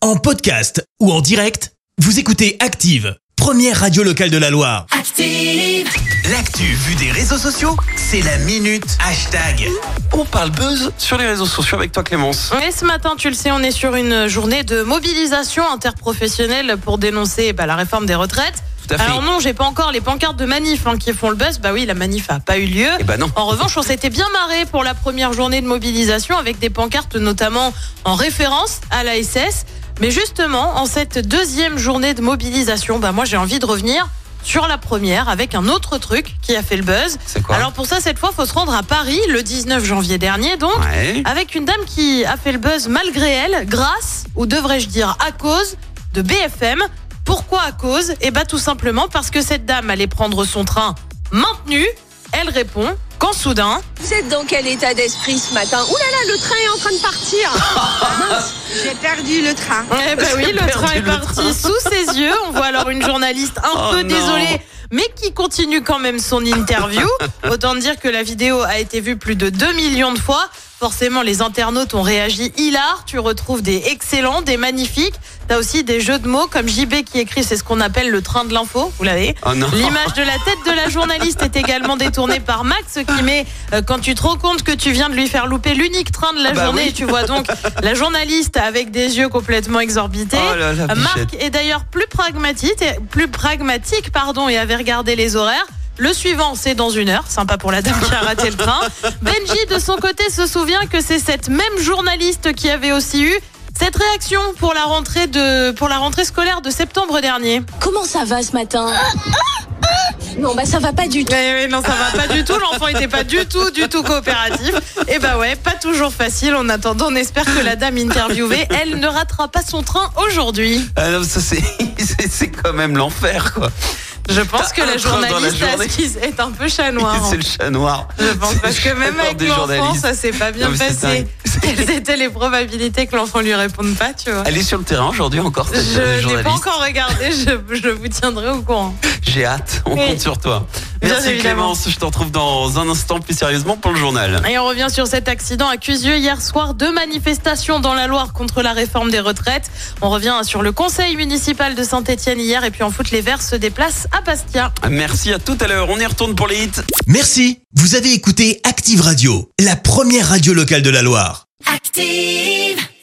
En podcast ou en direct, vous écoutez Active, première radio locale de la Loire. Active! L'actu vue des réseaux sociaux, c'est la minute hashtag. On parle buzz sur les réseaux sociaux avec toi Clémence. Et ce matin, tu le sais, on est sur une journée de mobilisation interprofessionnelle pour dénoncer la réforme des retraites. Tout à fait. Alors non, j'ai pas encore les pancartes de manif qui font le buzz. Bah oui, la manif a pas eu lieu. Eh ben non. En revanche, on s'était bien marré pour la première journée de mobilisation avec des pancartes notamment en référence à l'ASS. Mais justement, en cette deuxième journée de mobilisation, moi j'ai envie de revenir sur la première avec un autre truc qui a fait le buzz. C'est quoi ? Alors pour ça, cette fois, faut se rendre à Paris le 19 janvier dernier, donc, avec une dame qui a fait le buzz malgré elle, grâce, ou devrais-je dire à cause, de BFM. Pourquoi à cause ? Tout simplement parce que cette dame allait prendre son train maintenu. Elle répond quand soudain... Vous êtes dans quel état d'esprit ce matin ? Ouh là là, le train est en train de partir. Mince, j'ai perdu le train. Oui, le train est parti sous ses yeux. On voit alors une journaliste un peu désolée, mais qui continue quand même son interview. Autant dire que la vidéo a été vue plus de 2 millions de fois. Forcément, les internautes ont réagi hilar. Tu retrouves des excellents, des magnifiques. T'as aussi des jeux de mots comme JB qui écrit, c'est ce qu'on appelle le train de l'info. Vous l'avez ? Oh non. L'image de la tête de la journaliste est également détournée par Max qui met quand tu te rends compte que tu viens de lui faire louper l'unique train de la journée. Oui. Et tu vois donc la journaliste avec des yeux complètement exorbités. Oh là là, Marc est d'ailleurs plus pragmatique, et avait regardé les horaires. Le suivant, c'est dans 1 heure. Sympa pour la dame qui a raté le train. Benji, de son côté, se souvient que c'est cette même journaliste qui avait aussi eu cette réaction pour la rentrée scolaire de septembre dernier. Comment ça va ce matin ? Non, ça va pas du tout. Non, ça va pas du tout. L'enfant était pas du tout coopératif. Et pas toujours facile. En attendant, on espère que la dame interviewée, elle ne ratera pas son train aujourd'hui. Ah non, ça c'est quand même l'enfer quoi. Je pense que la journaliste est un peu chat noir. C'est le chat noir. Je pense parce que même avec l'enfant, ça s'est pas bien passé. Quelles étaient les probabilités que l'enfant lui réponde pas, tu vois ? Elle est sur le terrain aujourd'hui encore. Je n'ai pas encore regardé, je vous tiendrai au courant. J'ai hâte, on compte sur toi. Merci évidemment. Clémence, je te retrouve dans un instant plus sérieusement pour le journal. Et on revient sur cet accident à Cuzieu hier soir, 2 manifestations dans la Loire contre la réforme des retraites. On revient sur le conseil municipal de Saint-Etienne hier et puis en foot, les Verts se déplacent à Bastia. Merci, à tout à l'heure, on y retourne pour les hits. Merci, vous avez écouté Active Radio, la première radio locale de la Loire. Active!